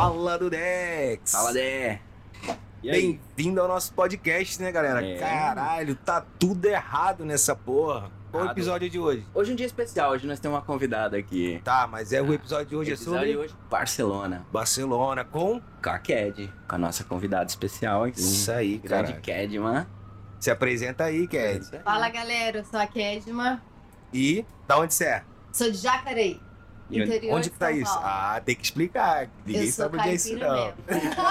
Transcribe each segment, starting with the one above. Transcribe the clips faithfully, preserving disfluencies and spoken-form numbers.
Fala do Dex! Fala, Dé! Bem-vindo ao nosso podcast, né, galera? É. Caralho, tá tudo errado nessa porra. Qual é o Errado. episódio de hoje? Hoje é um dia especial, hoje nós temos uma convidada aqui. Tá, mas é o episódio de hoje o é episódio sobre de hoje, Barcelona, Barcelona com... com a Ked, com a nossa convidada especial aqui. Isso aí, cara. Grande Kedman. Se apresenta aí, Ked. Fala galera, eu sou a Kedma, E da onde você é? sou de Jacareí, E onde- interior Onde de que tá São isso? Paulo. Ah, tem que explicar. Ninguém eu sou sabe onde é isso, caipira não. mesmo.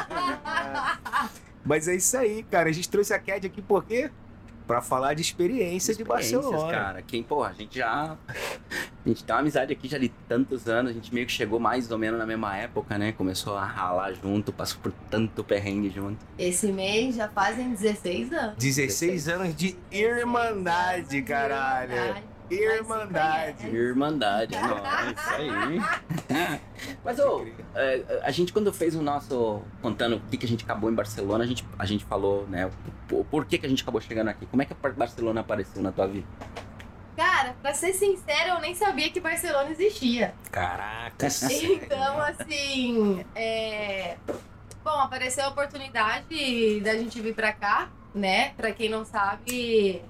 Mas é isso aí, cara. A gente trouxe a Ked aqui por quê? Pra falar de experiência de Experiências, Barcelona. cara. Quem, porra, a gente já... A gente tem uma amizade aqui já de tantos anos, a gente meio que chegou mais ou menos na mesma época, né? Começou a ralar junto, passou por tanto perrengue junto. Esse mês já fazem dezesseis anos. dezesseis anos de irmandade, caralho. Irmandade. Irmandade. Irmandade, é nóis, isso aí. Mas, ô, é, a gente quando fez o nosso, contando o que, que a gente acabou em Barcelona, a gente, a gente falou, né, o por que, que a gente acabou chegando aqui. Como é que a Barcelona apareceu na tua vida? Cara, pra ser sincera, eu nem sabia que Barcelona existia. Caraca, Então, assim, é... Bom, apareceu a oportunidade da gente vir pra cá, né? Pra quem não sabe,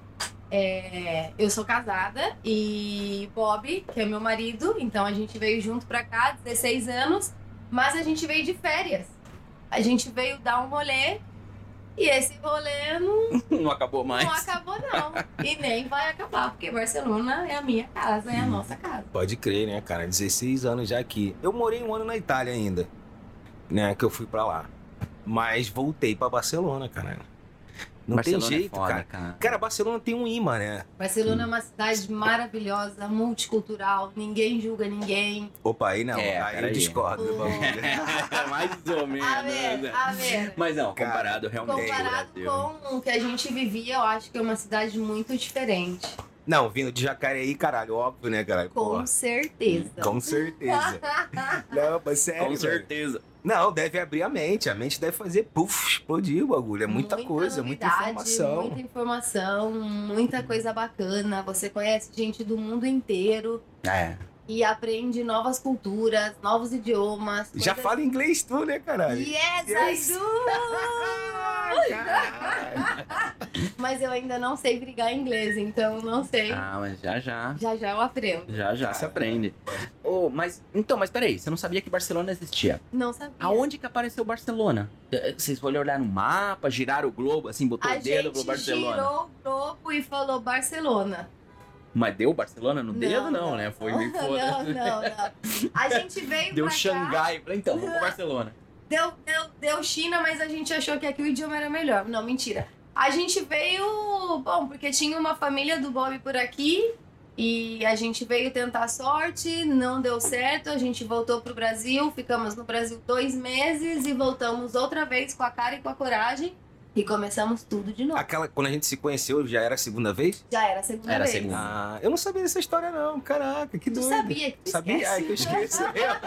é... eu sou casada e Bob, que é meu marido, então a gente veio junto pra cá, dezesseis anos, mas a gente veio de férias. A gente veio dar um rolê e esse rolê não, Não acabou mais? não acabou, não. E nem vai acabar, porque Barcelona é a minha casa, é a nossa casa. Pode crer, né, cara? dezesseis anos já aqui. Eu morei um ano na Itália ainda, né? Que eu fui pra lá. Mas voltei pra Barcelona, cara. Não Barcelona tem jeito, é foda, cara. cara. Cara, Barcelona tem um imã, né? Barcelona é uma cidade maravilhosa, multicultural, ninguém julga ninguém. Opa, aí não. É, aí eu peraí. discordo do bagulho. Mais ou menos. A ver, a ver. Mas não, Cara, comparado realmente Comparado com o Brasil. com o que a gente vivia, eu acho que é uma cidade muito diferente. Não, vindo de Jacareí, caralho, óbvio, né, caralho? Com Porra, certeza. com certeza. Não, mas sério, Com velho. certeza. Não, deve abrir a mente. A mente deve fazer, puf, explodir o bagulho. É muita, coisa, muita novidade, informação. Muita informação, muita coisa bacana. Você conhece gente do mundo inteiro É. e aprende novas culturas, novos idiomas. Já coisas- fala inglês tu, né, caralho? Yes, Yes. I do! Caralho. Mas eu ainda não sei brigar inglês, então não sei. Ah, mas já já. Já já eu aprendo. Já já se aprende. Oh, mas então, mas peraí, você não sabia que Barcelona existia? Não sabia. Aonde que apareceu Barcelona? Eh, Vocês foram olhar no mapa, giraram o globo, assim, botou A o dedo gente pro Barcelona. girou o globo e falou Barcelona. Mas deu Barcelona no Não, dedo, não, não, né? Foi não, meio foda. Não, não, não. A gente veio Deu pra cá, Xangai. Falei, então, vamos pro Barcelona. deu, deu, deu China, mas a gente achou que aqui o idioma era melhor. Não, mentira. A gente veio, bom, porque tinha uma família do Bob por aqui e a gente veio tentar sorte, não deu certo, a gente voltou pro Brasil, ficamos no Brasil dois meses e voltamos outra vez com a cara e com a coragem e começamos tudo de novo. Aquela, quando a gente se conheceu, já era a segunda vez? Já era a segunda Era a vez. segunda. Ah, eu não sabia dessa história, não. Caraca, que Tu doido. sabia que tu Sabia? esquece? Ai, que eu esqueço.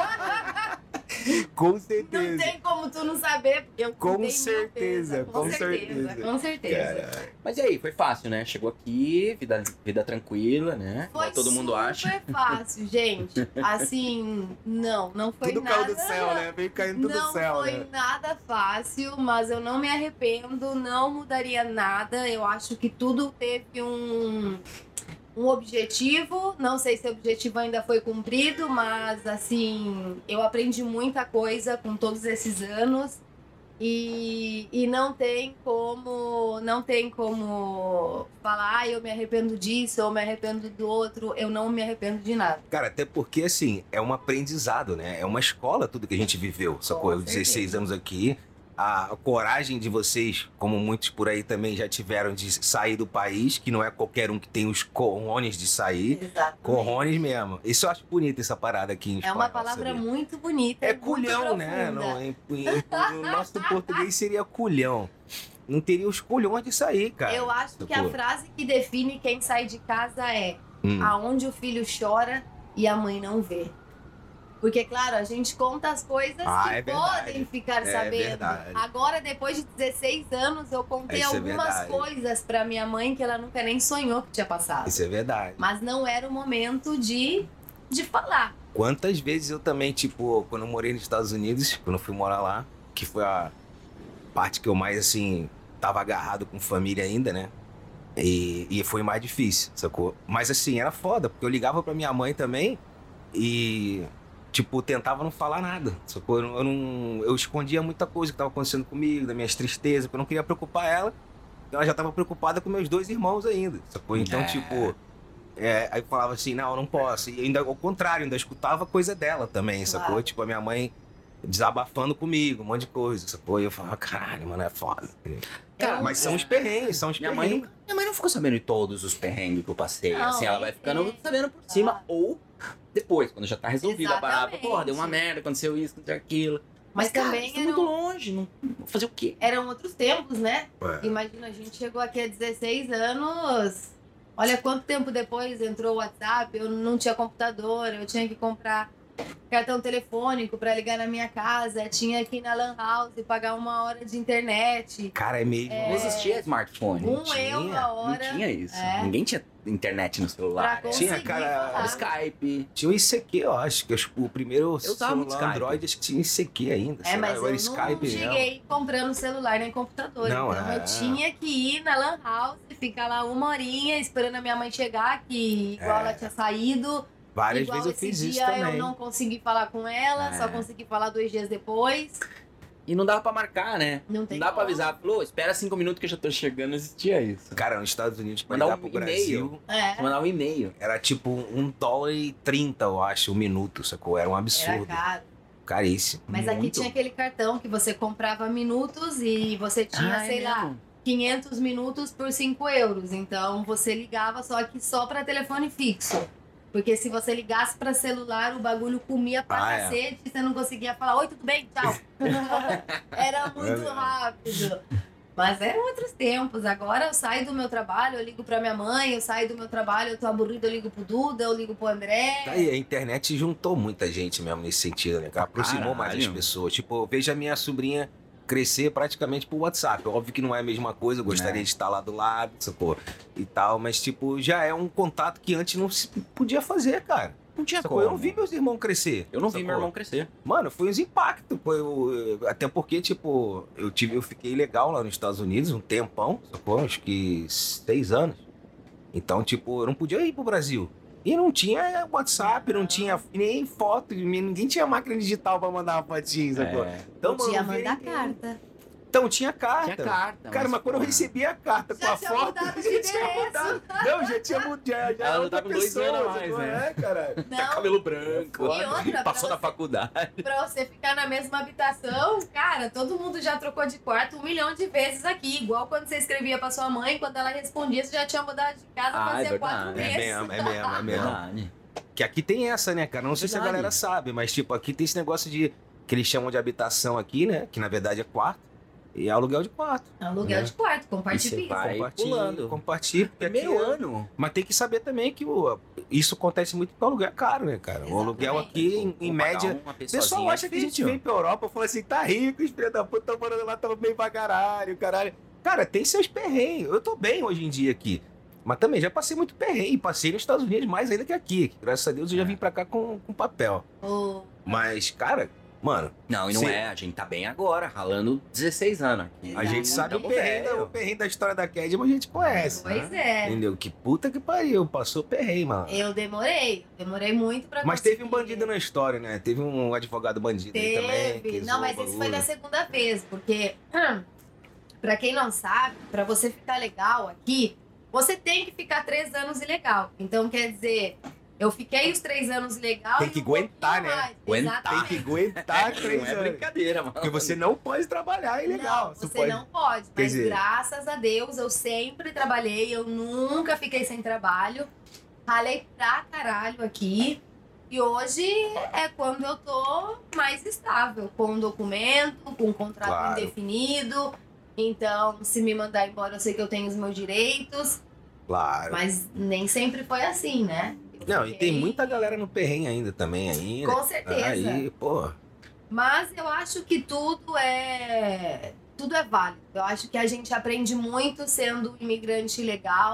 Com Não certeza. tem como tu não saber, porque eu Com contei mil certeza, vezes, com certeza. Com certeza. Caralho. Mas e aí, foi fácil, né? Chegou aqui, vida, vida tranquila, né? Foi Igual todo mundo super acha. fácil, gente. Assim, não, não foi Tudo nada. caiu do céu, né? Veio caindo tudo Não do céu, foi né? nada fácil, mas eu não me arrependo, não mudaria nada. Eu acho que tudo teve um, um objetivo. Não sei se o objetivo ainda foi cumprido, mas assim, eu aprendi muita coisa com todos esses anos. E, e não tem como não tem como falar, ah, eu me arrependo disso, eu me arrependo do outro. Eu não me arrependo de nada. Cara, até porque, assim, é um aprendizado, né? É uma escola tudo que a gente viveu, sacou? Eu, certeza. dezesseis anos aqui, a coragem de vocês, como muitos por aí também já tiveram de sair do país, que não é qualquer um que tem os corrones de sair. Exatamente. Corrones mesmo. Isso eu acho bonito, essa parada aqui em É espanhol, uma palavra sabia? muito bonita. É muito culhão, né? profunda. No, em, em- no nosso português seria culhão. Não teria os culhões de sair, cara. Eu acho que Sacou? a frase que define quem sai de casa é Hum. aonde o filho chora e a mãe não vê. Porque, claro, a gente conta as coisas Ah, que é verdade. podem ficar É sabendo. verdade. Agora, depois de dezesseis anos, eu contei Isso é algumas verdade. coisas pra minha mãe que ela nunca nem sonhou que tinha passado. Isso é verdade. Mas não era o momento de de falar. Quantas vezes eu também, tipo, quando eu morei nos Estados Unidos, quando eu fui morar lá, que foi a parte que eu mais, assim, tava agarrado com família ainda, né? E, e foi mais difícil, sacou? Mas assim, era foda, porque eu ligava pra minha mãe também e, tipo, tentava não falar nada, sacou? Eu, não, eu, não, eu escondia muita coisa que tava acontecendo comigo, das minhas tristezas, porque eu não queria preocupar ela. Então ela já tava preocupada com meus dois irmãos ainda, sacou? Então, É. tipo, é, aí eu falava assim, não, eu não posso. E ainda, ao contrário, ainda escutava coisa dela também, sacou? Claro. Tipo, a minha mãe desabafando comigo, um monte de coisa, sacou? E eu falava, caralho, mano, é foda. Cara, Mas são os perrengues, são os Minha mãe, perrengues. não, minha mãe não ficou sabendo de todos os perrengues que eu passei. Não, assim, ela vai é- ficando é. sabendo por cima ou depois, quando já tá resolvida a parada. Exatamente. Porra, deu uma merda, aconteceu isso, aconteceu aquilo. Mas cara, também isso é muito eram, longe, não vou fazer o quê? eram outros tempos, né? É. Imagina, a gente chegou aqui há dezesseis anos. Olha quanto tempo depois entrou o WhatsApp, eu não tinha computador, eu tinha que comprar cartão telefônico para ligar na minha casa, tinha que ir na Lan House e pagar uma hora de internet. Cara, é mesmo. Não existia smartphone. Um tinha, euro a hora. Não tinha isso. É. Ninguém tinha internet no celular. Pra né? Tinha, conseguir cara, Era falar. Skype. Tinha o I C Q, eu acho, que acho que o primeiro usava muito celular Skype. Android acho que tinha I C Q ainda. É, sei lá, mas era eu não Skype cheguei comprando celular nem computador. Não, então é. eu tinha que ir na Lan House, ficar lá uma horinha esperando a minha mãe chegar, que igual É. ela tinha saído. Várias igual vezes eu esse fiz isso dia também. eu não consegui falar com ela, É. só consegui falar dois dias depois. E não dava pra marcar, né? Não tem Não dá pra como. avisar. Falou, espera cinco minutos que eu já tô chegando. Não existia isso. Cara, nos Estados Unidos, pra Mandar ligar um pro e-mail. Brasil, É, Você mandava um e-mail. era tipo um dólar e trinta, eu acho, um minuto, sacou? Era um era absurdo. caro. Caríssimo. Mas aqui Muito. tinha aquele cartão que você comprava minutos e você tinha, Ah, é sei lá, mesmo? quinhentos minutos por cinco euros. Então você ligava só que só para telefone fixo. Porque se você ligasse para celular, o bagulho comia pra Ah, é. cacete e você não conseguia falar, oi, tudo bem? Tchau. Era muito É. rápido. Mas eram outros tempos. Agora eu saio do meu trabalho, eu ligo pra minha mãe, eu saio do meu trabalho, eu tô aburrido, eu ligo pro Duda, eu ligo pro André. Tá aí, a internet juntou muita gente mesmo nesse sentido, né, cara? Aproximou mais as Caralho. pessoas. Tipo, eu vejo a minha sobrinha crescer praticamente por WhatsApp. Óbvio que não é a mesma coisa, eu gostaria É. de estar lá do lado, sacou? E tal, mas, tipo, já é um contato que antes não se podia fazer, cara. Não tinha Sacou? como. Eu não vi meus irmãos crescer. Eu não vi sacou? meu irmão crescer. Mano, foi uns impactos. Foi, o- até porque, tipo, eu, tive, eu fiquei legal lá nos Estados Unidos um tempão, sacou? Acho que seis anos. Então, tipo, eu não podia ir pro Brasil. E não tinha WhatsApp, não tinha nem foto, ninguém tinha máquina digital pra mandar uma fotinha, sacou? É. Então, Podia mano, eu vi- mandar carta. Então, tinha carta. Tinha carta. Cara, mas quando eu porra. recebi a carta Já com a tinha foto, mudado de já tinha endereço. mudado. Não, já tinha mudado. Já, já Ela era não outra tá com dois pessoa, anos a mais, sacou? né? É, cara. Tá Não, cabelo branco. E outra, Passou pra na você- faculdade. pra você ficar na mesma habitação, cara, todo mundo já trocou de quarto um milhão de vezes aqui. Igual quando você escrevia pra sua mãe, quando ela respondia, você já tinha mudado de casa Ah, é fazia verdade. quatro É meses. mesmo, é mesmo, é mesmo. Verdade. Que aqui tem essa, né, cara? Não sei se a Verdade. galera sabe, mas, tipo, aqui tem esse negócio de... Que eles chamam de habitação aqui, né? Que, na verdade, é quarto. E é aluguel de quarto. Aluguel É. de quarto, E compartilha. você vai Compartilha, pulando. compartilha. porque aqui Primeiro é- ano. Mas tem que saber também que o, isso acontece muito porque o aluguel é caro, né, cara? O aluguel aqui, em, em Vou pagar média... uma O pessoa pessoal sozinha, acha é que a gente difícil. vem pra Europa e fala assim, tá rico, os filhos da puta estão morando lá, tão bem pra caralho, caralho. Cara, tem seus perrengues. Eu tô bem hoje em dia aqui. Mas também já passei muito perrengue. Passei nos Estados Unidos mais ainda que aqui. que, Graças a Deus eu já É. vim pra cá com, com papel. Ô, Mas, cara, mano, Não, e não Sim. é. A gente tá bem agora, ralando dezesseis anos aqui. a Exato. gente sabe o Tamo perrengue, da- velho. o perrengue da história da Kedma, a gente conhece. Pois né? é. Entendeu? Que puta que pariu, passou perrengue, mano. Eu demorei, demorei muito pra Mas conseguir. teve um bandido na história, né? Teve um advogado bandido aí também. que Teve. zoou Não, mas o isso foi bagulho. da segunda vez, porque hum, pra quem não sabe, pra você ficar legal aqui, você tem que ficar três anos ilegal. Então, quer dizer, eu fiquei os três anos ilegal. Tem e que um aguentar, pouquinho né? mais. Aguentar. Tem Exatamente. que aguentar três Não é anos. brincadeira, mano. Porque você não pode trabalhar ilegal. Não, Você você pode... não pode. Quer Mas dizer- graças a Deus eu sempre trabalhei, eu nunca fiquei sem trabalho. Ralei pra caralho aqui. E hoje é quando eu tô mais estável, com um documento, com um contrato Claro. indefinido. Então, se me mandar embora, eu sei que eu tenho os meus direitos. Claro. Mas nem sempre foi assim, né? Eu Não, e tem fiquei- muita galera no perrengue ainda também, ainda. Com certeza. Aí, pô. Mas eu acho que tudo é tudo é válido. Eu acho que a gente aprende muito sendo imigrante legal.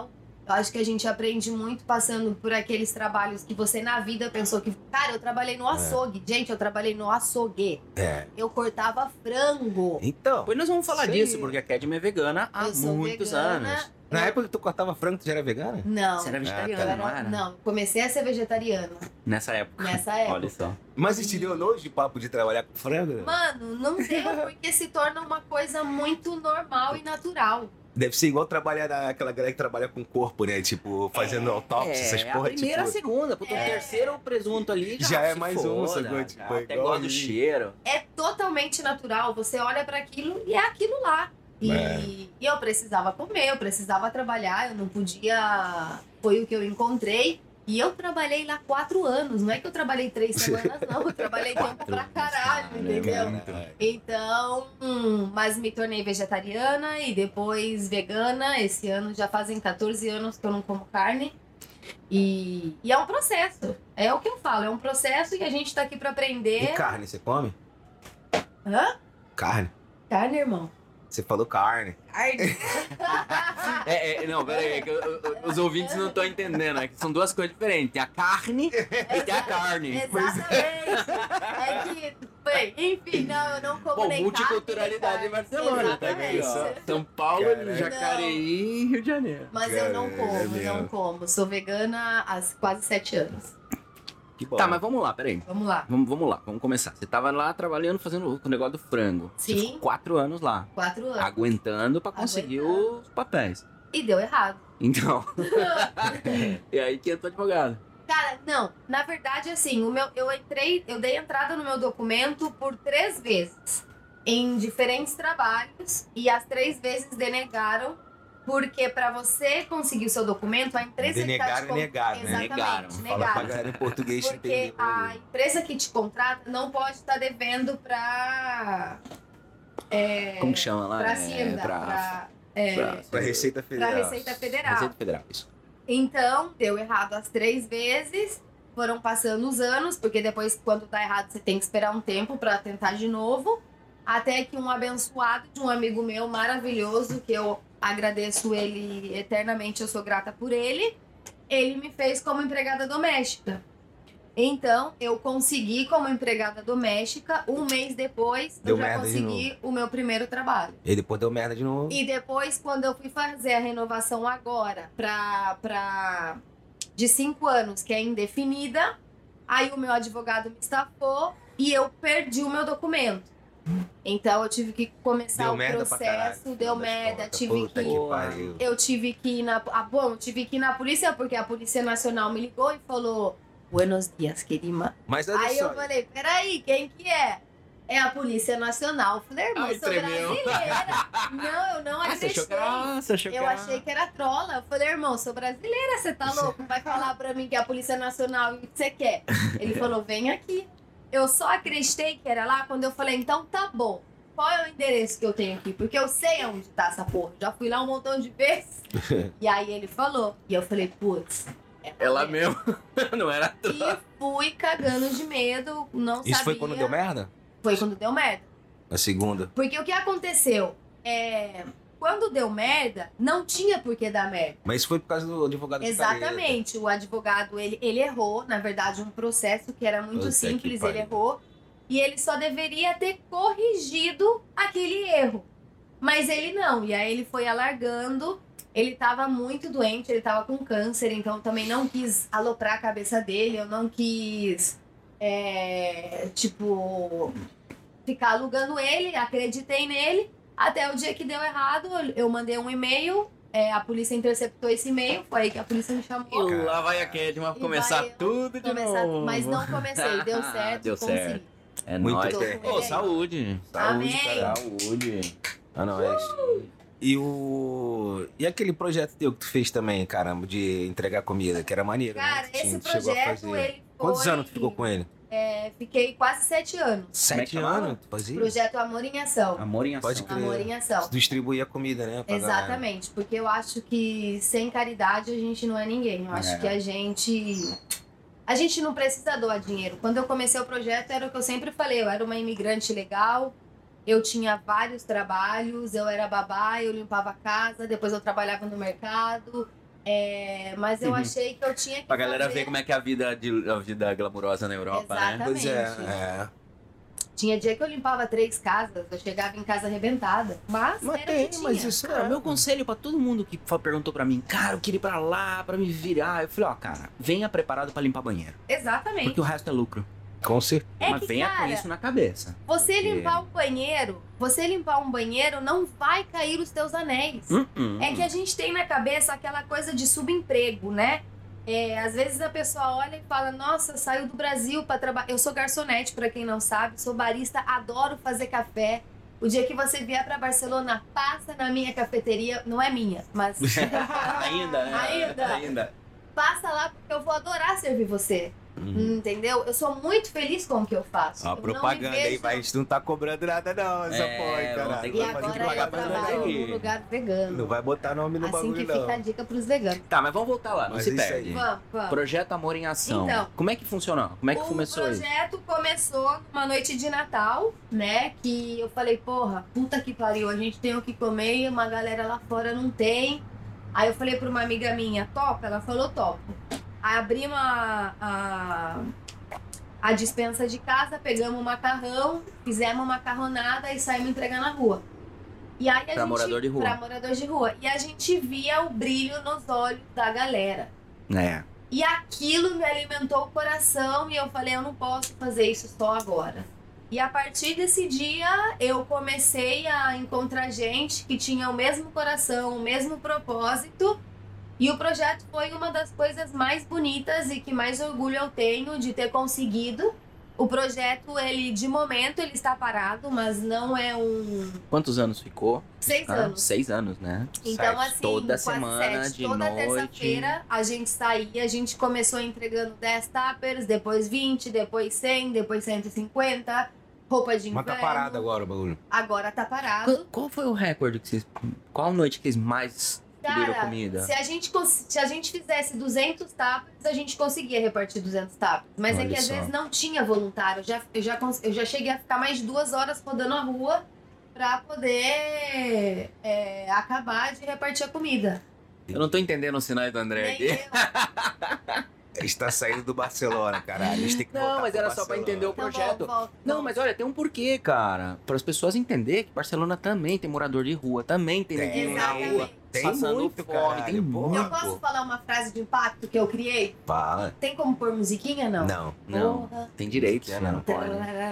Eu acho que a gente aprende muito passando por aqueles trabalhos que você na vida pensou que... Cara, eu trabalhei no açougue. É. Gente, eu trabalhei no açougue. É. Eu cortava frango. Então. Depois nós vamos falar sim. disso, porque a Kedma é vegana há eu sou muitos vegana. anos. Na eu... época que tu cortava frango, tu já era vegana? Não. Você era vegetariana, Ah, tá. não era? Não, comecei a ser vegetariana. Nessa época. Nessa época. Olha só. Mas e te deu nojo de papo de trabalhar com frango? Mano, não deu porque se torna uma coisa muito normal e natural. Deve ser igual trabalhar naquela galera que trabalha com corpo, né? Tipo, fazendo É, autópsia, essas porra. a primeira, tipo... a segunda. Puta, É. o terceiro presunto ali já, Já é se mais foda, um, sacou? Tipo, já, é até igual gosta do ali. cheiro. É totalmente natural. Você olha pra aquilo e é aquilo lá. E, É. e eu precisava comer, eu precisava trabalhar, eu não podia. Foi o que eu encontrei. E eu trabalhei lá quatro anos. Não é que eu trabalhei três semanas, não. Eu trabalhei tempo pra caralho, Cara, entendeu? é muito. Então, hum, mas me tornei vegetariana e depois vegana. Esse ano já fazem quatorze anos que eu não como carne. E, e é um processo. É o que eu falo, é um processo e a gente tá aqui pra E aprender. carne, você come? Hã? Carne? Carne, irmão. Você falou carne. Carne. É, é, não, pera aí, é que eu- eu- os ouvintes não estão entendendo, é que são duas coisas diferentes. Tem a carne e tem a carne. Exatamente. É que, bem, enfim, não, eu não como Bom, nem multiculturalidade carne, em nem Barcelona, carne. tá vendo? Exatamente. Ó, São Paulo, Caralho. Jacareí e Rio de Janeiro. Mas eu não Caralho, como, é não mesmo. como. Sou vegana há quase sete anos. Que bom. Tá, mas vamos lá, peraí. Vamos lá. Vamos, vamos lá, vamos começar. Você tava lá trabalhando, fazendo o negócio do frango. Você Sim. ficou quatro anos lá, Quatro anos. aguentando pra conseguir Aguentando. os papéis. E deu errado. Então, e aí que entrou advogado. Cara, não. Na verdade, assim, o meu, eu entrei, eu dei entrada no meu documento por três vezes. Em diferentes trabalhos. E as três vezes denegaram. Porque pra você conseguir o seu documento, a empresa que tá Denegaram te e con- negaram, né? Exatamente, Negaram. Fala pra negaram. galera em português Porque entender. a empresa que te contrata não pode estar devendo pra. É, Como que chama lá? pra É, Hacienda, pra, pra, é, pra- Pra Receita pra Federal. Receita Federal. Receita Federal, isso. Então, deu errado as três vezes. Foram passando os anos, porque depois, quando dá errado, você tem que esperar um tempo pra tentar de novo. Até que um abençoado de um amigo meu maravilhoso, que eu agradeço ele eternamente, eu sou grata por ele, ele me fez como empregada doméstica. Então, eu consegui como empregada doméstica, um mês depois, Deu eu já merda de consegui o meu primeiro trabalho. E depois deu merda de novo. E depois, quando eu fui fazer a renovação agora, pra, pra, de cinco anos, que é indefinida, aí o meu advogado me estafou e eu perdi o meu documento. Então eu tive que começar Deu o merda pra processo, caralho, deu no final das merda, contas. tive Puta que... que pariu. Eu tive que ir na... Ah, bom, eu tive que ir na polícia, porque a Polícia Nacional me ligou e falou: Buenos dias, querida. Mas olha Aí só. eu falei: peraí, quem que é? É a Polícia Nacional. Eu falei: irmão, Ai, eu sou tremeu. brasileira. Não, eu não Ah, você achou acreditei. que era... Você achou que Eu era... achei que era trola. Eu falei: irmão, sou brasileira, você tá louco? Vai falar pra mim que é a Polícia Nacional e o que você quer? Ele falou: vem aqui. Eu só acreditei que era lá quando eu falei: então tá bom. Qual é o endereço que eu tenho aqui? Porque eu sei onde tá essa porra. Já fui lá um montão de vezes. E aí ele falou. E eu falei: putz. É Ela mesmo. mesmo. Não era E fui cagando de medo, não sabia. Isso foi quando deu merda? Foi quando deu merda. A segunda. Porque o que aconteceu? É... Quando deu merda, não tinha por que dar merda. Mas isso foi por causa do advogado picareta. Exatamente. O advogado, ele, ele errou. Na verdade, um processo que era muito Puta que simples, pariu. ele errou. E ele só deveria ter corrigido aquele erro. Mas ele não. E aí ele foi alargando. Ele tava muito doente, ele tava com câncer. Então eu também não quis aloprar a cabeça dele. Eu não quis, é, tipo, ficar alugando ele. Acreditei nele. Até o dia que deu errado, eu- eu mandei um e-mail. É, a polícia interceptou esse e-mail. Foi aí que a polícia me chamou. E lá vai a Kedma E começar vai eu tudo de Começar- novo. mas não comecei, deu certo, Deu consegui. certo. É Muito nóis. bem. Ô, saúde. Saúde, Amém. cara. Saúde. Ah, não, é isso. E o. E aquele projeto teu que tu fez também, caramba, de entregar comida, que era maneiro, Cara, né? Que esse tinha- tu chegou a projeto, fazer. ele Quantos foi- anos tu ficou com ele? É, fiquei quase sete anos. Sete chamava? anos? Tu fazia? Projeto Amor em Ação. Amor em ação. Pode crer. Amor em Ação. Tu distribuía comida, né? pra galera. Exatamente, porque eu acho que sem caridade a gente não é ninguém. Eu acho É. que a gente. A gente não precisa doar dinheiro. Quando eu comecei o projeto, era o que eu sempre falei. Eu era uma imigrante legal, eu tinha vários trabalhos, eu era babá, eu limpava a casa, depois eu trabalhava no mercado. É, mas eu achei que eu tinha que Pra galera fazer... ver como é que é a vida, de, a vida glamurosa na Europa, Exatamente. né? Pois é, é. Tinha dia que eu limpava três casas, eu chegava em casa arrebentada. Mas, Mas era tem, o que mas tinha. isso Cara, é. meu conselho pra todo mundo que fa- perguntou pra mim, cara, eu queria ir pra lá, pra me virar. Eu falei, ó, cara, venha preparado pra limpar banheiro. Exatamente. Porque o resto é lucro. Com certeza. É Mas que, venha cara, com isso na cabeça. você Porque- limpar um banheiro, você limpar um banheiro, não vai cair os teus anéis. Hum, hum. É que a gente tem na cabeça aquela coisa de subemprego, né? É, às vezes a pessoa olha e fala, nossa, saiu do Brasil pra trabalhar. Eu sou garçonete, pra quem não sabe, sou barista, adoro fazer café. O dia que você vier pra Barcelona, passa na minha cafeteria, não é minha, mas Ainda, né? Ainda. Ainda. passa lá porque eu vou adorar servir você. Uhum. Entendeu? Eu sou muito feliz com o que eu faço. Ó, Eu não propaganda me aí, vejo- mas a gente não tá cobrando nada não, essa É, porra, aí, vamos caralho. ter que E Vai fazer agora eu propaganda trabalho aí. num lugar vegano. Não vai botar nome no Assim bagulho que não. fica a dica pros veganos. Tá, mas vamos voltar lá, não Mas se isso aí. perde. Vamos, vamos. Projeto Amor em Ação. Então. Como é que funcionou? Como é que o começou isso? projeto começou numa noite de Natal, né? Que eu falei, porra, puta que pariu, a gente tem o que comer e uma galera lá fora não tem. Aí eu falei pra uma amiga minha, topa? Ela falou, topo. Aí abrimos a, a, a dispensa de casa, pegamos o macarrão, fizemos macarronada e saímos entregar na rua. E aí a Pra gente, morador de rua. Pra morador de rua. E a gente via o brilho nos olhos da galera. É. E aquilo me alimentou o coração e eu falei, eu não posso fazer isso só agora. E a partir desse dia eu comecei a encontrar gente que tinha o mesmo coração, o mesmo propósito. E o projeto foi uma das coisas mais bonitas e que mais orgulho eu tenho de ter conseguido. O projeto, ele de momento, ele está parado, mas não é um... Quantos anos ficou? Seis Ah, anos. Seis anos, né? Então, Certo. assim, Toda quase semana, sete. de Toda noite. terça-feira a gente saía, a gente começou entregando dez tuppers, depois vinte, depois cem, depois cento e cinquenta, roupa de Mas inverno. tá parado agora o bagulho. Agora tá parado. Qual, qual foi o recorde que vocês... Qual noite que vocês mais pediram Cara, comida? se a, gente, cons- se a gente fizesse duzentos tuppers, a gente conseguia repartir duzentos tuppers. Mas é Olha que às só. vezes não tinha voluntário. Eu já, eu, já, cons- eu já cheguei a ficar mais de duas horas rodando a rua pra poder é, acabar de repartir a comida. Eu não tô entendendo os sinais do André Nem aqui. eu. Está saindo do Barcelona, caralho. A gente tem que voltar Não, mas pro era só pra Barcelona. entender o Então, projeto. volta, volta, Não, volta. mas olha, tem um porquê, cara. Para as pessoas entenderem que Barcelona também tem morador de rua, também tem Tem. neguinho na rua, Exatamente. Tem passando muito, fome, caralho, tem porra. muito. Eu posso falar uma frase de impacto que eu criei? Fala. Tem como pôr musiquinha, não? Não. Não, Porra. tem direito, Não, né? não Não pode.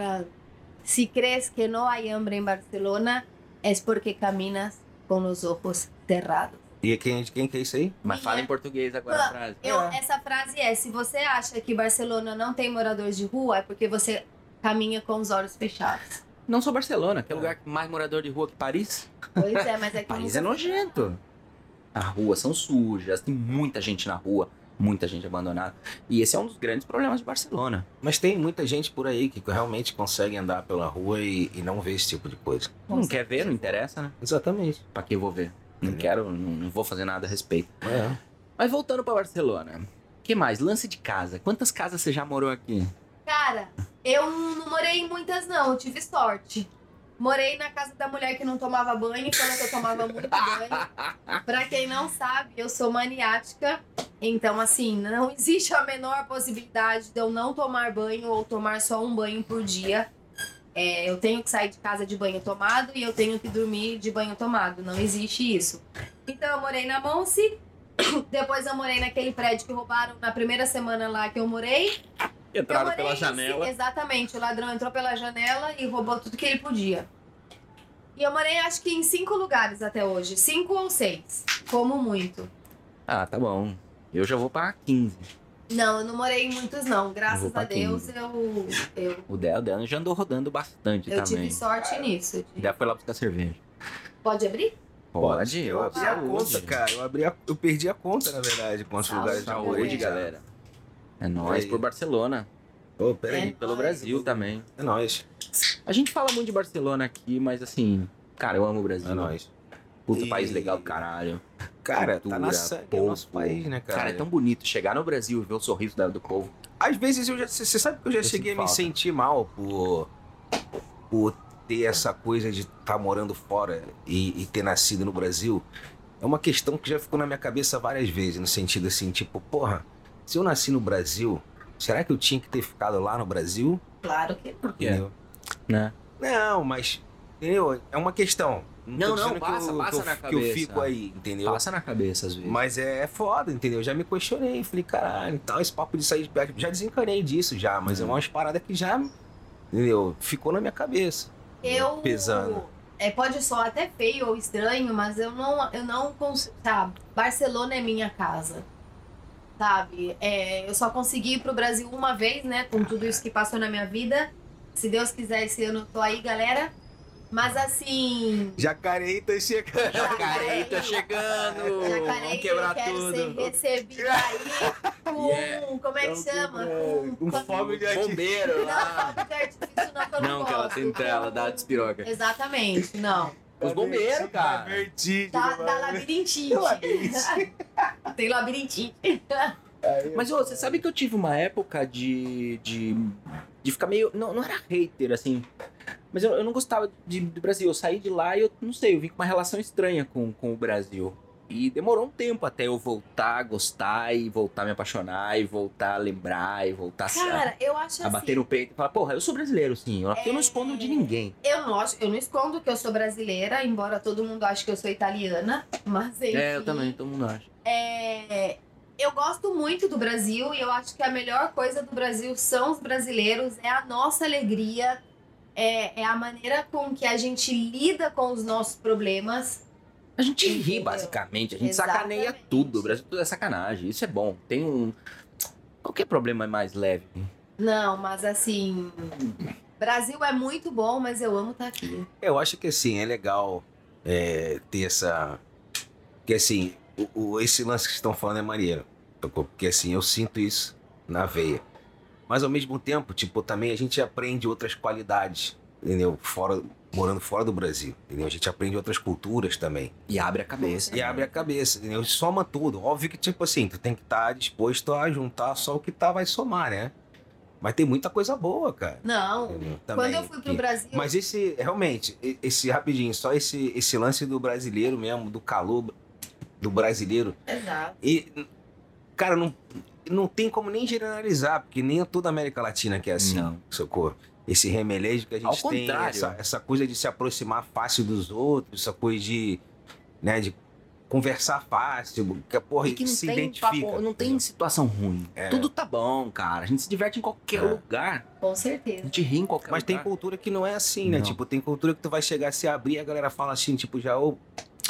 Si crees que no hay hambre en Barcelona, es porque caminas con los ojos cerrados. E quem, quem que é isso aí? Mas fala em português agora a frase. Eu, É. Essa frase é: se você acha que Barcelona não tem moradores de rua, é porque você caminha com os olhos fechados. Não só Barcelona, que é o lugar com mais morador de rua que Paris. Pois é, mas é que Paris eu é nunca- nojento. As ruas são sujas, tem muita gente na rua, muita gente abandonada. E esse é um dos grandes problemas de Barcelona. Mas tem muita gente por aí que realmente consegue andar pela rua e, e não vê esse tipo de coisa. Não quer ver, não interessa, né? Exatamente. Pra que eu vou ver? Não quero, não, não vou fazer nada a respeito. É. Mas voltando pra Barcelona, o que mais? Lance de casa. Quantas casas você já morou aqui? Cara, eu não morei em muitas, não. Eu tive sorte. Morei na casa da mulher que não tomava banho, quando eu tomava muito banho. Pra quem não sabe, eu sou maniática. Então, assim, não existe a menor possibilidade de eu não tomar banho ou tomar só um banho por dia. É, eu tenho que sair de casa de banho tomado e eu tenho que dormir de banho tomado. Não existe isso. Então, eu morei na Monse. Depois eu morei naquele prédio que roubaram na primeira semana lá que eu morei. Eu Entraram morei pela em- janela. Exatamente, o ladrão entrou pela janela e roubou tudo que ele podia. E eu morei acho que em cinco lugares até hoje. Cinco ou seis, como muito. Ah, tá bom. Eu já vou pra quinze. Não, eu não morei em muitos não. Eu vou Graças pra a Deus quinze. eu, eu, O Del, o Del já andou rodando bastante eu também. tive sorte nisso. O Del foi lá buscar cerveja. Pode abrir? Pode, Eu abri a saúde. conta, cara. Eu, abri a- eu perdi a conta, na verdade, quantos Saúde, lugares já Saúde, morei. galera. É nóis Aí. por Barcelona. Ô, peraí. E pelo nóis. Brasil também. É nóis. A gente fala muito de Barcelona aqui, mas assim, cara, eu amo o Brasil. É nóis. Puta, E- país legal do caralho. Cara, tá na Cultura, sangue povo. o nosso país, né, cara? Cara, é tão bonito chegar no Brasil e ver o sorriso da- do povo. Às vezes eu já. Você sabe que eu já Eu cheguei a sinto me falta. sentir mal por. por ter essa coisa de estar morando fora e, e ter nascido no Brasil. é uma questão que já ficou na minha cabeça várias vezes, no sentido assim, tipo, porra, se eu nasci no Brasil, será que eu tinha que ter ficado lá no Brasil? Claro que não. Entendeu? Né? Não, mas, entendeu? É uma questão. Não, tô não, dizendo passa, que eu, passa que eu, na que cabeça. eu fico aí, entendeu? Passa na cabeça às vezes. Mas é, é foda, entendeu? Já me questionei, falei, caralho, tal, esse papo de sair de perto, já desencanei disso já, mas Hum. é umas paradas que já, entendeu? Ficou na minha cabeça. Eu. Pesando. É, pode soar até feio ou estranho, mas eu não, eu não consigo. Sabe? Barcelona é minha casa. Sabe? É, eu só consegui ir pro Brasil uma vez, né? Com tudo isso que passou na minha vida. Se Deus quiser, esse ano eu tô aí, galera. Mas assim. Jacareí tá chegando. Jacareí tá chegando! Jacareí, Vamos quebrar eu quero tudo! ser recebida aí com. Yeah. Como é que chama? Com, Com fome de artifício. Bombeiro Não, lá! fogo de artifício não, que eu não Não, que ela gosto. tem ela dá despiroca. Exatamente, não. Os bombeiros, cara. Vertigem, Dá, mano. dá labirintite. Labirintite. Tem labirintite. Mas, ô, você sabe que eu tive uma época de, de, de ficar meio... Não, não era hater, assim. Mas eu, eu não gostava de, do Brasil. Eu saí de lá e eu não sei, eu vim com uma relação estranha com, com o Brasil. E demorou um tempo até eu voltar a gostar e voltar a me apaixonar e voltar a lembrar e voltar a- Cara, eu acho a, assim. bater no peito e falar, porra, eu sou brasileiro, sim. Eu, aqui eu não escondo de ninguém. Eu não, acho- eu não escondo que eu sou brasileira, embora todo mundo ache que eu sou italiana. Mas enfim. É, eu também, todo mundo acha. É, eu gosto muito do Brasil e eu acho que a melhor coisa do Brasil são os brasileiros, é a nossa alegria, é, é a maneira com que a gente lida com os nossos problemas. A gente ri, Entendeu? basicamente. A gente Exatamente. sacaneia tudo. O Brasil tudo é sacanagem. Isso é bom. Tem um... Qualquer problema é mais leve. Não, mas assim, Brasil é muito bom, mas eu amo estar aqui. Eu acho que assim, é legal é, ter essa. Porque assim, o, o- esse lance que vocês estão falando é maneiro. Tocou? Porque assim, eu sinto isso na veia. Mas ao mesmo tempo, tipo, também a gente aprende outras qualidades, entendeu? Fora, morando fora do Brasil, entendeu? A gente aprende outras culturas também. E abre a cabeça. E abre a cabeça, entendeu? Soma tudo. Óbvio que, tipo assim, tu tem que estar disposto a juntar só o que tá, vai somar, né? Mas tem muita coisa boa, cara. Não, entendeu? quando Também, eu fui pro que- Brasil, Mas esse, realmente, e- esse rapidinho, só esse, esse lance do brasileiro mesmo, do calor do brasileiro. exato. E, cara, não, não tem como nem generalizar, porque nem é toda a América Latina que é assim, Não. socorro. Esse remelejo que a Ao gente tem, contrário. essa, essa coisa de se aproximar fácil dos outros, essa coisa de, né, de conversar fácil, que, porra, E que não se tem identifica. papo, não tem situação ruim. É. Tudo tá bom, cara. A gente se diverte em qualquer É. lugar. Com A certeza. gente ri em qualquer Mas tem lugar. cultura que não é assim, né? Não. Tipo, tem cultura que tu vai chegar, se abrir, a galera fala assim, tipo, já, ô,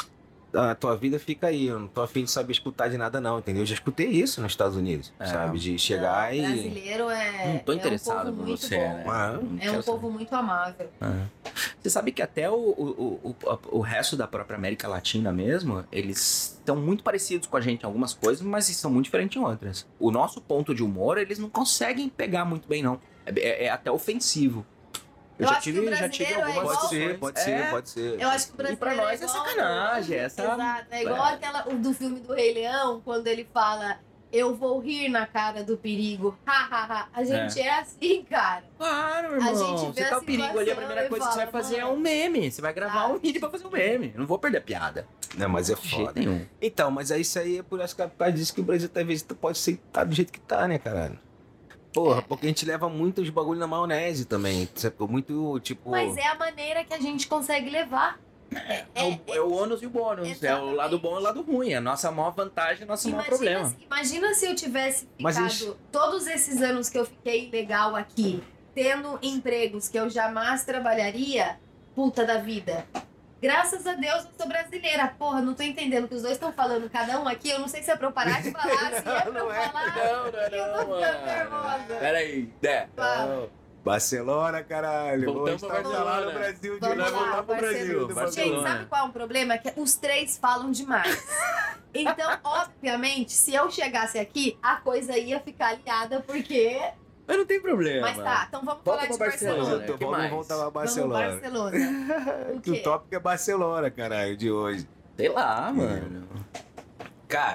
a tua vida fica aí, eu não tô afim de saber escutar de nada não, entendeu? Eu já escutei isso nos Estados Unidos, É. sabe? De chegar Não, e... brasileiro é, Não tô é interessado um povo por muito você, bom. né? Ah, Não É quero um saber. povo muito amável. Ah. Você sabe que até o, o, o, o, o resto da própria América Latina mesmo, eles estão muito parecidos com a gente em algumas coisas, mas são muito diferentes em outras. O nosso ponto de humor, eles não conseguem pegar muito bem, não. É, é- é até ofensivo. Eu, Eu já acho que tive, o já tive brasileiro é algumas Pode igual- ser, situações. pode ser, É, pode ser. Eu acho que o E brasileiro pra nós é igual- sacanagem, essa- Exato. É igual É. aquela o do filme do Rei Leão, quando ele fala, eu vou rir na cara do perigo. Ha, ha, ha. A gente é, assim, cara. Claro, irmão. gente vê Você tá a o perigo ali, a situação primeira e coisa que você vai fala, fazer é mano. um meme. Você vai gravar Sabe? um vídeo pra fazer um meme. Eu não vou perder a piada. Não, mas é De jeito foda. nenhum. Então, mas é isso aí, é por, acho que é por causa disso que o Brasil talvez pode ser tá do jeito que tá, né, caralho? Porra, porque a gente leva muito os bagulho na maionese também. sabe? Muito, tipo... Mas é a maneira que a gente consegue levar. É, É, o, é o ônus e o bônus. É o Exatamente. lado bom e o lado ruim. A nossa maior vantagem e o nosso maior problema. Imagina, imagina se eu tivesse Mas ficado isso- todos esses anos que eu fiquei ilegal aqui, tendo empregos que eu jamais trabalharia, puta da vida. Graças a Deus eu sou brasileira. Porra, não tô entendendo o que os dois estão falando, cada um aqui. Eu não sei se é pra eu parar de falar, se é pra eu Não é. falar. Não, não, Eu tô não, ficando mano. nervosa. Peraí, Dé. Fala. Barcelona, caralho. Voltamos pra Barcelona. Brasil Vamos Vai lá, voltar pro Barcelona. Brasil, Gente, Barcelona. sabe qual é o problema? Que os três falam demais. Então, obviamente, se eu chegasse aqui, a coisa ia ficar aliada, porque... Mas não tem problema. Mas tá, então vamos Volta falar de pra Barcelona. Barcelona. Então, que vamos mais? voltar pra Vamos Barcelona. Barcelona. O Que o quê? tópico é Barcelona, caralho, de hoje. Sei lá, mano. Cara, Posso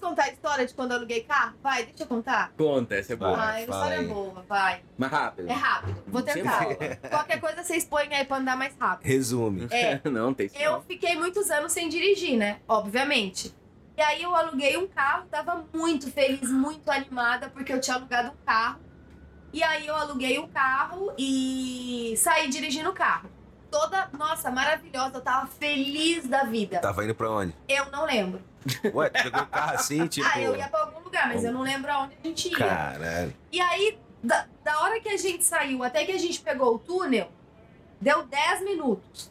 contar a história de quando eu aluguei carro? Vai, deixa eu contar. Conta, essa é boa. Vai, Ah, a história aí. é boa, vai. Mais rápido. É rápido, vou Sem tentar. fala. Qualquer coisa vocês põem aí pra andar mais rápido. Resume. É, Não, tem isso eu não. fiquei muitos anos sem dirigir, né? Obviamente. E aí eu aluguei um carro, tava muito feliz, muito animada, porque eu tinha alugado um carro. E aí eu aluguei o carro e saí dirigindo o carro. Toda, nossa, maravilhosa, eu tava feliz da vida. Tava indo pra onde? Eu não lembro. Ué, tu pegou o carro assim, tipo... Ah, eu ia pra algum lugar, mas eu não lembro aonde a gente ia. Caralho. E aí, da, da hora que a gente saiu até que a gente pegou o túnel, deu dez minutos.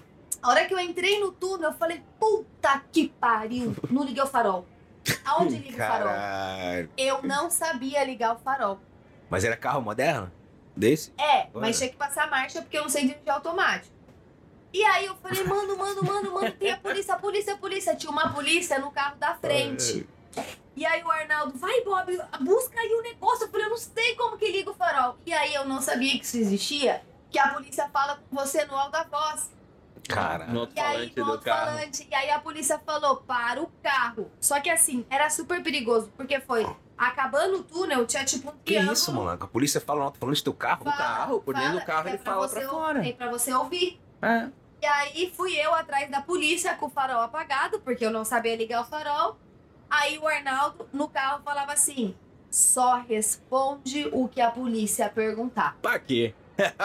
A hora que eu entrei no túnel, eu falei, puta que pariu, não liguei o farol. Aonde liga o farol? Caralho. Eu não sabia ligar o farol. Mas era carro moderno? Desse? É, Olha. mas tinha que passar a marcha porque eu não sei dirigir automático. E aí eu falei, mano, mano, mano, mano, tem a polícia, a polícia, a polícia. Tinha uma polícia no carro da frente. E aí o Arnaldo, vai, Bob, busca aí o negócio. Eu falei, eu não sei como que liga o farol. E aí eu não sabia que isso existia, que a polícia fala com você no alto da voz. Caralho. No E aí alto-falante no do carro. alto-falante, e aí a polícia falou, para o carro. Só que assim, era super perigoso, porque foi acabando o túnel, tinha tipo um Que triângulo. isso, mano? A polícia fala no alto-falante do teu carro? Fala, carro, por dentro do carro, que é ele fala você pra ou- fora. É pra você ouvir. É. E aí fui eu atrás da polícia com o farol apagado, porque eu não sabia ligar o farol. Aí o Arnaldo no carro falava assim, só responde o que a polícia perguntar. Pra quê?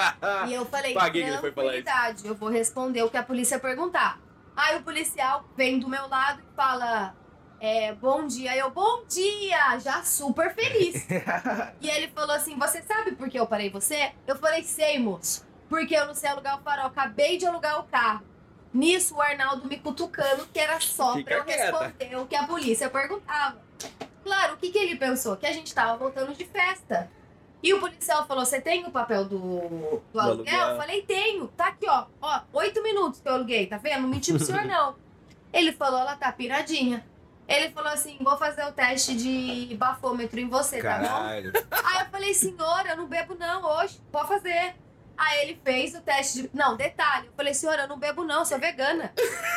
E eu falei, Pra que que ele foi falar isso? tranquilidade, eu vou responder o que a polícia perguntar. Aí o policial vem do meu lado e fala, é, bom dia. Eu, bom dia, já super feliz. E ele falou assim, você sabe por que eu parei você? Eu falei, sei, moço. Porque eu não sei alugar o farol, acabei de alugar o carro. Nisso, o Arnaldo me cutucando, que era só Fica pra eu quieta. responder o que a polícia perguntava. Claro, o que, que ele pensou? Que a gente tava voltando de festa. E o policial falou, você tem o papel do, do aluguel? aluguel. Eu falei, tenho. Tá aqui, ó. Ó, oito minutos que eu aluguei, tá vendo? Não menti pro senhor, não. Ele falou, ela tá piradinha. Ele falou assim, vou fazer o teste de bafômetro em você, tá bom? Caralho. Aí eu falei, senhor, eu não bebo não hoje, pode fazer. Aí ele fez o teste de... Não, detalhe, eu falei, senhor, eu não bebo não, sou vegana.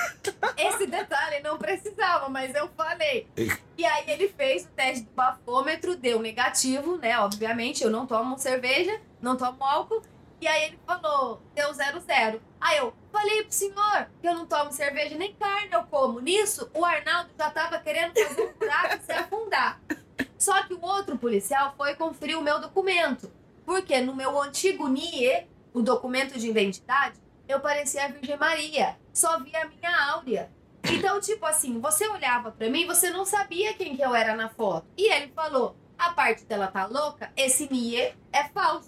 Esse detalhe não precisava, mas eu falei. E aí ele fez o teste do bafômetro, deu negativo, né, obviamente, eu não tomo cerveja, não tomo álcool. E aí ele falou, deu zero, zero. Aí eu falei pro senhor que eu não tomo cerveja nem carne, eu como. Nisso, o Arnaldo já tava querendo fazer um buraco e se afundar. Só que o outro policial foi conferir o meu documento. Porque no meu antigo N I E, o documento de identidade, eu parecia a Virgem Maria. Só via a minha áurea. Então, tipo assim, você olhava pra mim, você não sabia quem que eu era na foto. E ele falou, a parte dela tá louca, esse N I E é falso.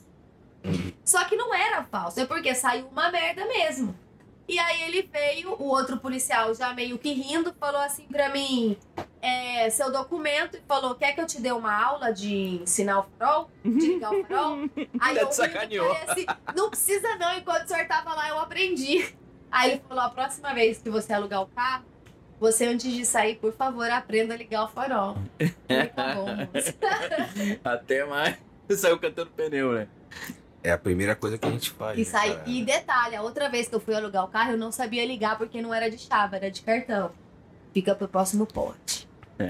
Só que não era falso, é porque saiu uma merda mesmo. E aí ele veio, o outro policial já meio que rindo, falou assim pra mim, é, seu documento, e falou, quer que eu te dê uma aula de ensinar o farol? De ligar o farol? Aí Tá eu de rindo, sacaneou. falei assim, não precisa não, enquanto o senhor tava lá eu aprendi. Aí ele falou, a próxima vez que você alugar o carro, você antes de sair, por favor, aprenda a ligar o farol. Falei, tá bom, moço. Até mais. Saiu cantando pneu, né? É a primeira coisa que a gente faz. E, né, sai, cara? e detalhe, a outra vez que eu fui alugar o carro, eu não sabia ligar porque não era de chave, era de cartão. Fica pro próximo pote.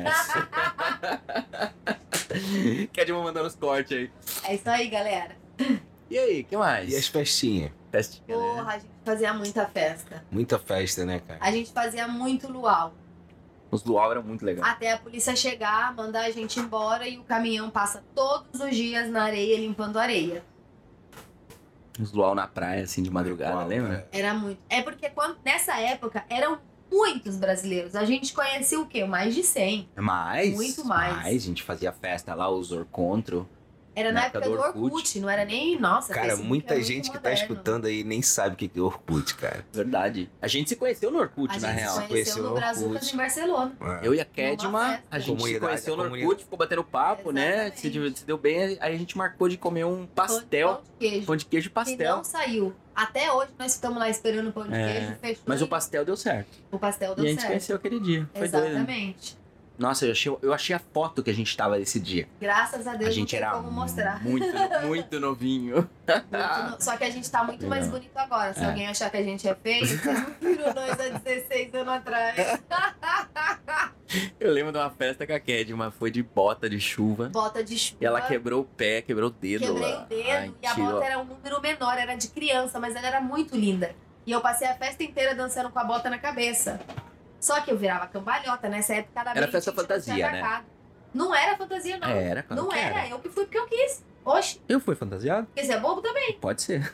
Quer de uma mandando os cortes aí. É isso aí, galera. E aí, que mais? E as festinhas? Festinha, né? Porra, a gente fazia muita festa. Muita festa, né, cara? A gente fazia muito luau. Os luau eram muito legais. Até a polícia chegar, mandar a gente embora e o caminhão passa todos os dias na areia limpando areia. Os luau na praia, assim, de madrugada, Uau, lembra? cara. Era muito. É porque quando, nessa época eram muitos brasileiros. A gente conhecia o quê? Mais de cem. Mais? Muito mais. Mais, a gente fazia festa lá, os Orcontro. Era na, época, do Orkut. Orkut. não era nem. Nossa, Cara, Facebook muita é muito gente que tá moderno. escutando aí nem sabe o que que é Orkut, cara. Verdade. A gente se conheceu no Orkut, A na gente real. se conheceu conheceu no no Brazucas Orkut. em Barcelona. Eu e a Numa Kedma, festa. a gente se Comunidade, conheceu no comunidade. Orkut, ficou batendo papo, né? Se, Exatamente. se deu bem, aí a gente marcou de comer um pastel, Pão de queijo. pão de queijo e Que pastel. não saiu. Até hoje nós ficamos lá esperando o pão de É, queijo, fechou. Mas e o pastel deu certo. o pastel deu E a gente se certo. conheceu aquele dia. Foi doido. Exatamente. Nossa, eu achei, eu achei a foto que a gente tava esse dia. Graças a Deus A gente não tem era como mostrar. muito, muito novinho. Muito no- Só que a gente tá muito mais Legal. bonito agora. Se É. alguém achar que a gente é feio, vocês não viram nós há dezesseis anos atrás. Eu lembro de uma festa com a Kedma, foi de bota de chuva. Bota de chuva. E ela quebrou o pé, quebrou o dedo Quebrei lá. o dedo Ai, e a tirou. bota era um número menor, era de criança, mas ela era muito linda. E eu passei a festa inteira dançando com a bota na cabeça. Só que eu virava cambalhota, nessa época cada Era vez festa que tinha fantasia, né? marcado. Não era fantasia, não. Era, claro Não que era. era. eu que fui porque eu quis. Oxe, Eu fui fantasiado? porque você é bobo também. Pode ser.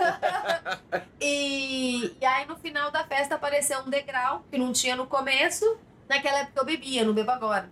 e, e aí no final da festa apareceu um degrau que não tinha no começo. Naquela época eu bebia, não bebo agora.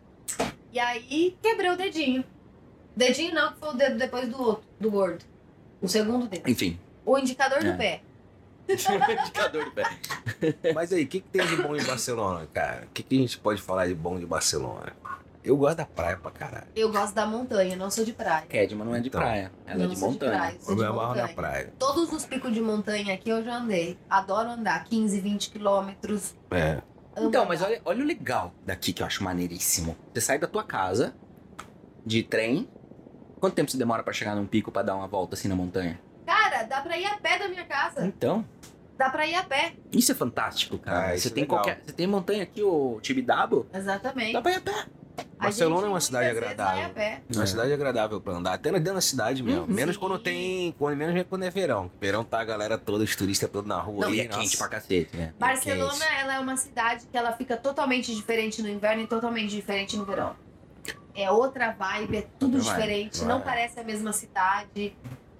E aí quebrei o dedinho. Dedinho não, que foi o dedo depois do outro, do gordo. O segundo dedo. Enfim. O indicador É. do pé. Indicador do pé. Mas aí, o que, que tem de bom em Barcelona, cara? O que, que a gente pode falar de bom de Barcelona? Eu gosto da praia pra caralho. Eu gosto da montanha, não sou de praia. Kedma não é de Então. praia, ela é Não de sou montanha. praia, sou Eu de me amarro na montanha. praia. Todos os picos de montanha aqui eu já andei. Adoro andar quinze, vinte quilômetros. É. Amo Então, mas andar. olha, olha o legal daqui que eu acho maneiríssimo. Você sai da tua casa de trem. Quanto tempo você demora pra chegar num pico pra dar uma volta assim na montanha? Cara, dá pra ir a pé da minha casa. Então, Dá pra ir a pé. isso é fantástico, cara. Ah, isso você é tem legal. qualquer, você tem montanha aqui, o Tibidabo, Exatamente. dá pra ir a pé. A Barcelona gente é uma cidade muitas vezes agradável. vai a pé. Uma É. cidade agradável pra andar, até dentro da cidade mesmo. Uhum. Menos Sim. quando tem. Quando, menos quando é verão. Verão tá a galera toda, os turistas todos na rua. Não, ali, e é nossa. quente pra cacete, né? Barcelona, ela é uma cidade que ela fica totalmente diferente no inverno e totalmente diferente no verão. É outra vibe, é tudo Outra vibe. diferente, Vai. não parece a mesma cidade.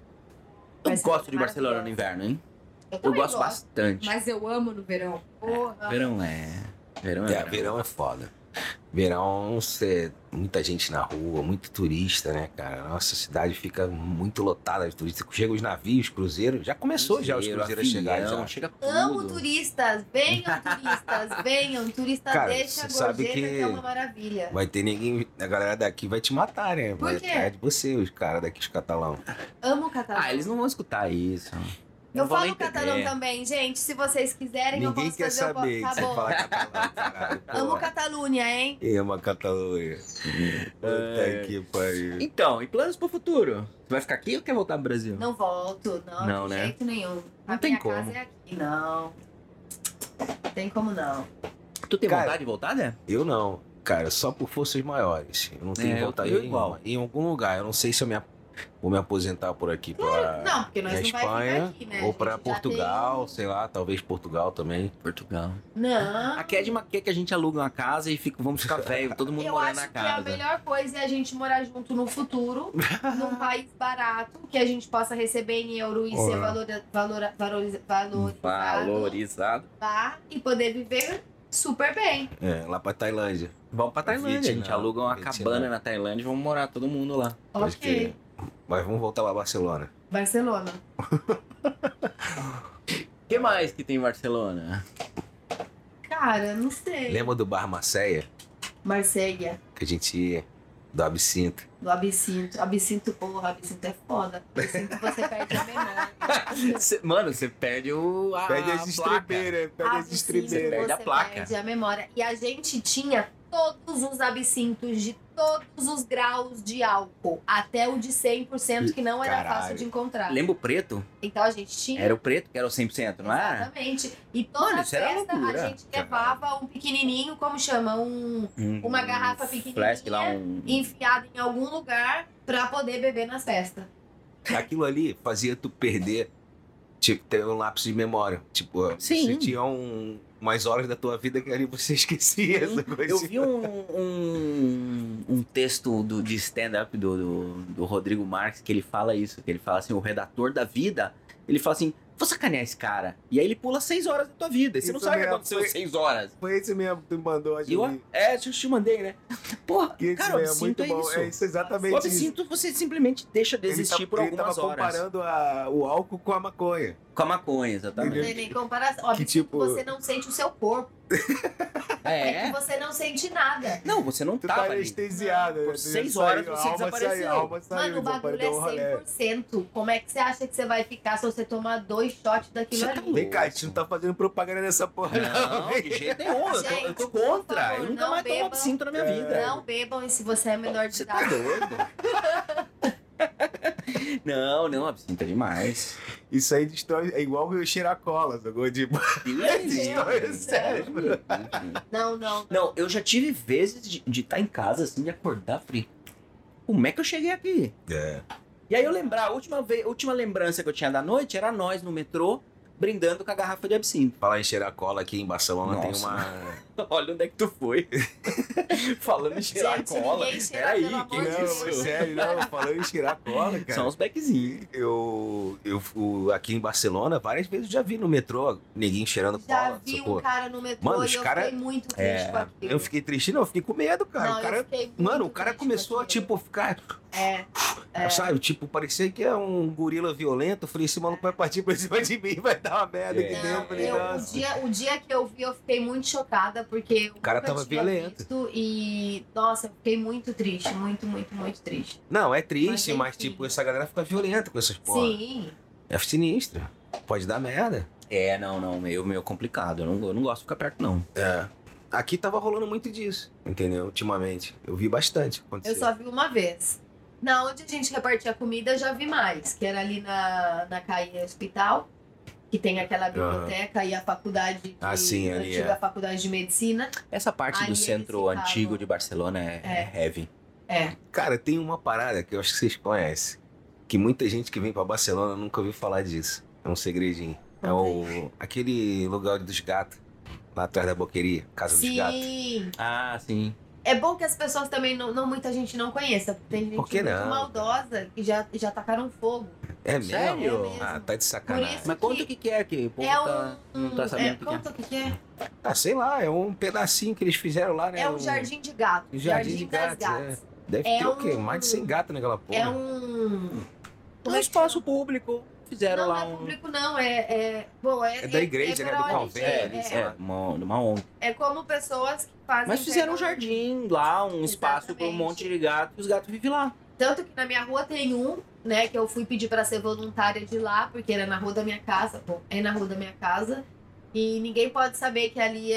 Eu Mas gosto é de Barcelona no maravilhoso. inverno, hein? Eu, Eu também gosto bastante. Mas eu amo no verão. Porra. Verão é. Verão é. É, verão é foda. Verão, você, muita gente na rua, muito turista, né, cara? Nossa, a cidade fica muito lotada de turistas. Chega os navios, cruzeiros. Já começou já os Cruzeiro, cruzeiros a chegar avião, já. Chega tudo. Amo turistas, venham turistas, venham. Turista Cara, deixa a você sabe gorjeta que- que é uma maravilha. Vai ter ninguém. A galera daqui vai te matar, né? Por Vai quê? atrás de você, os caras daqui, os catalão. Amo o catalão. Ah, eles não vão escutar isso. Eu Não vão nem falo catalão entender. também, gente. Se vocês quiserem, eu Ninguém posso quer fazer o... saber Tá que você bom. fala catalão, caralho. Amo Pô. Catalunha, hein? Ema Catalunha. É. Puta que pariu. Então, e planos pro futuro? Você vai ficar aqui ou quer voltar pro Brasil? Não volto, não, Não, de né? jeito nenhum. Não A tem minha como. casa é aqui, não. Tem como não. Tu tem Cara, vontade de voltar, né? Eu não. Cara, só por forças maiores. Eu não tenho É, eu- vontade eu nenhuma. igual. Em algum lugar. Eu não sei se eu me, ap- vou me aposentar por aqui pra Não, porque nós pra não vai Espanha ficar aqui, né? A ou gente pra já Portugal, tem- sei lá, talvez Portugal também. Portugal. Não. A Kedma quer que a gente alugue uma casa e fica, vamos ficar velho, todo mundo Eu morando acho na que a casa. melhor coisa é a gente morar junto no futuro, num país barato, que a gente possa receber em euro e Olha. ser valora, valora, valoriza- valorizado Valorizado. lá e poder viver super bem. É, lá pra Tailândia. Vamos pra Tailândia. a gente Vietnã, aluga uma Vietnã. cabana na Tailândia e vamos morar todo mundo lá. Pode Ok. crer. Mas vamos voltar lá a Barcelona. Barcelona. O que mais que tem em Barcelona? Cara, não sei. Lembra do Bar Marseille? Marselha, Que a gente ia? Do Absinto. do Absinto. Absinto, porra, Absinto é foda. Absinto você perde a memória. Cê- mano, você perde o. A, Pede a as placa. estribeiras, pede as Absinto, estribeiras. Perde a você placa. perde a memória. E a gente tinha todos os absintos de todos os graus de álcool. Até o de cem por cento, que não era Caralho. fácil de encontrar. Lembra o preto? Então a gente tinha. Era o preto que era o cem por cento, não era? Exatamente. E toda Mano, isso era festa loucura. a gente levava um pequenininho, como chama? Um Um- Uma garrafa um pequenininha. Flask lá, um. enfiado em algum lugar pra poder beber nas festas. Aquilo ali fazia tu perder, tipo, ter um lapso de memória. Tipo, Sim. você tinha um, umas horas da tua vida que ali você esquecia essa coisa. Eu vi um, um, um texto do, de stand-up do, do, do Rodrigo Marques que ele fala isso, que ele fala assim, o redator da vida, ele fala assim, vou sacanear esse cara. E aí ele pula seis horas da tua vida. E você não Isso sabe o que mesmo, aconteceu foi- seis horas. Foi esse mesmo que tu mandou, E eu, é, eu te mandei, né? Porra, Que esse cara, o mesmo, absinto muito é bom. isso. É isso, exatamente O isso. absinto você simplesmente deixa de Ele existir tá- por ele algumas tava horas. comparando a- o álcool com a maconha. Com a maconha, Não exatamente. tem nem comparação. Óbvio que tipo- você não sente o seu corpo. É, É. que você não sente nada. Não, você não Tu tava tá ali. anestesiado. Por né? seis Saiu, horas a você alma desapareceu. Saiu, a alma saiu, Mano, o bagulho desapareceu o é rolê. cem por cento. Como é que você acha que você vai ficar se você tomar dois shots daquilo Você tá ali? louco. Vem cá, a gente não tá fazendo propaganda nessa porra, não. Não, de jeito nenhum. Eu tô, eu tô Gente, por contra. favor, eu nunca não mais tomo bebam. absinto na minha É. vida. Não bebam e se você é menor de Você tá idade. doido? Não, não, absinto é demais. Isso aí destrói. É igual eu cheirar cola, sacou? Tipo, destrói o cérebro. Não, não, não. Não, eu já tive vezes de estar em casa, assim, de acordar, falei, como é que eu cheguei aqui? É. E aí eu lembrar, a última, vez, a última lembrança que eu tinha da noite era nós no metrô, brindando com a garrafa de absinto. Falar em cheirar cola aqui em Barcelona tem Nossa. uma. Olha onde é que tu foi. Falando em cheirar Gente, cola. ninguém cheira, Peraí, pelo que amor de Não, Deus. mas sério, não, falando em cheirar cola, cara. São os beckzinhos. Eu, eu, eu aqui em Barcelona, várias vezes eu já vi no metrô neguinho cheirando Já cola. vi sacou? um cara no metrô Mano, e os eu cara- fiquei muito triste É, com aquilo. Eu fiquei triste, não, eu fiquei com medo, cara. Não, o cara eu fiquei muito mano, o cara triste começou com a, aquilo. tipo, ficar, É, é. sabe, tipo, parecia que é um gorila violento. Eu falei, esse maluco vai partir pra cima de mim, vai dar uma merda aqui É. dentro. Eu Não, falei, eu, o, nossa. dia, o dia que eu vi, eu fiquei muito chocada, porque o cara tava violento. E, nossa, eu fiquei muito triste, muito, muito, muito triste. Não, é triste, Mas, mas, enfim. tipo, essa galera fica violenta com essas porra. Sim. É sinistro. Pode dar merda. É, não, não, meio, meio complicado. Eu não, eu não gosto de ficar perto, não. É. Aqui tava rolando muito disso, entendeu? Ultimamente. Eu vi bastante acontecer. Eu só vi uma vez. Na onde a gente repartia comida, eu já vi mais, que era ali na, na Caia Hospital, que tem aquela biblioteca e a faculdade de, Ah, sim, ali antiga é. faculdade de medicina. Essa parte Aí do eles centro ficavam- antigo de Barcelona é, é É. heavy. É. Cara, tem uma parada que eu acho que vocês conhecem. Que muita gente que vem pra Barcelona nunca ouviu falar disso. É um segredinho. É o, aquele lugar dos gatos. Lá atrás da boqueria. Casa dos gatos. Sim. Ah, sim. É bom que as pessoas também, não, não muita gente não conheça, porque tem gente Por que muito não? maldosa que já, já tacaram fogo. É mesmo? Sério? É mesmo. Ah, tá de sacanagem. Por isso- Mas conta o que, que é, que o povo É tá, um. não tá sabendo é, o que, que é. conta o que, que é. Ah, sei lá, é um pedacinho que eles fizeram lá, né? É um jardim de gato. um jardim de das gatos, gatas. Deve é ter o quê? um- Mais de cem gatos naquela porra. É um. Um espaço público. Fizeram Não, lá não é um... público, não. É. é bom, é, É da igreja, né? Do pra onde? convento, É, ali, é, sei lá. É, uma, uma ONG. é como pessoas que fazem. Mas fizeram um pegam- jardim lá, um espaço para um Exatamente. monte de gato e os gatos vivem lá. Tanto que na minha rua tem um, né, que eu fui pedir pra ser voluntária de lá, porque era na rua da minha casa. Bom, é na rua da minha casa. E ninguém pode saber que ali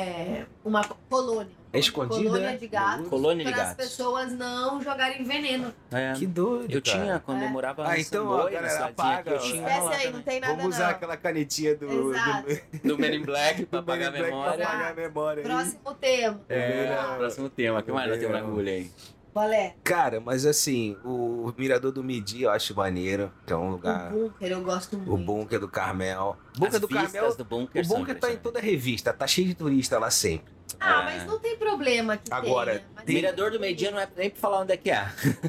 é uma colônia. É escondida, Colônia né? de gatos. Colônia de Para as gatos. pessoas não jogarem veneno. É. Que doido, Eu cara. tinha, quando É. eu morava Ah, em então, Samboia, ó, na galera, cidadezinha apaga, aqui, eu tinha Esquece uma lá aí, não também. tem nada Vamos usar não. aquela canetinha do, Exato. do, Do Men in Black pra do Men in apagar a Black pra memória. apagar a memória aí. Próximo tema. É, Não. próximo tema. O que mais nós temos na Não. agulha aí? Qual é? Cara, mas assim, o Mirador do Midi eu acho maneiro, que é um lugar. O bunker, eu gosto muito. O bunker do Carmel. O bunker As do vistas Carmel. do bunker O são bunker tá em impressionantes. toda revista, tá cheio de turista lá sempre. Ah, É. mas não tem problema que Agora, tenha. Mas tem- Mirador do meio-dia não é nem pra falar onde é que é.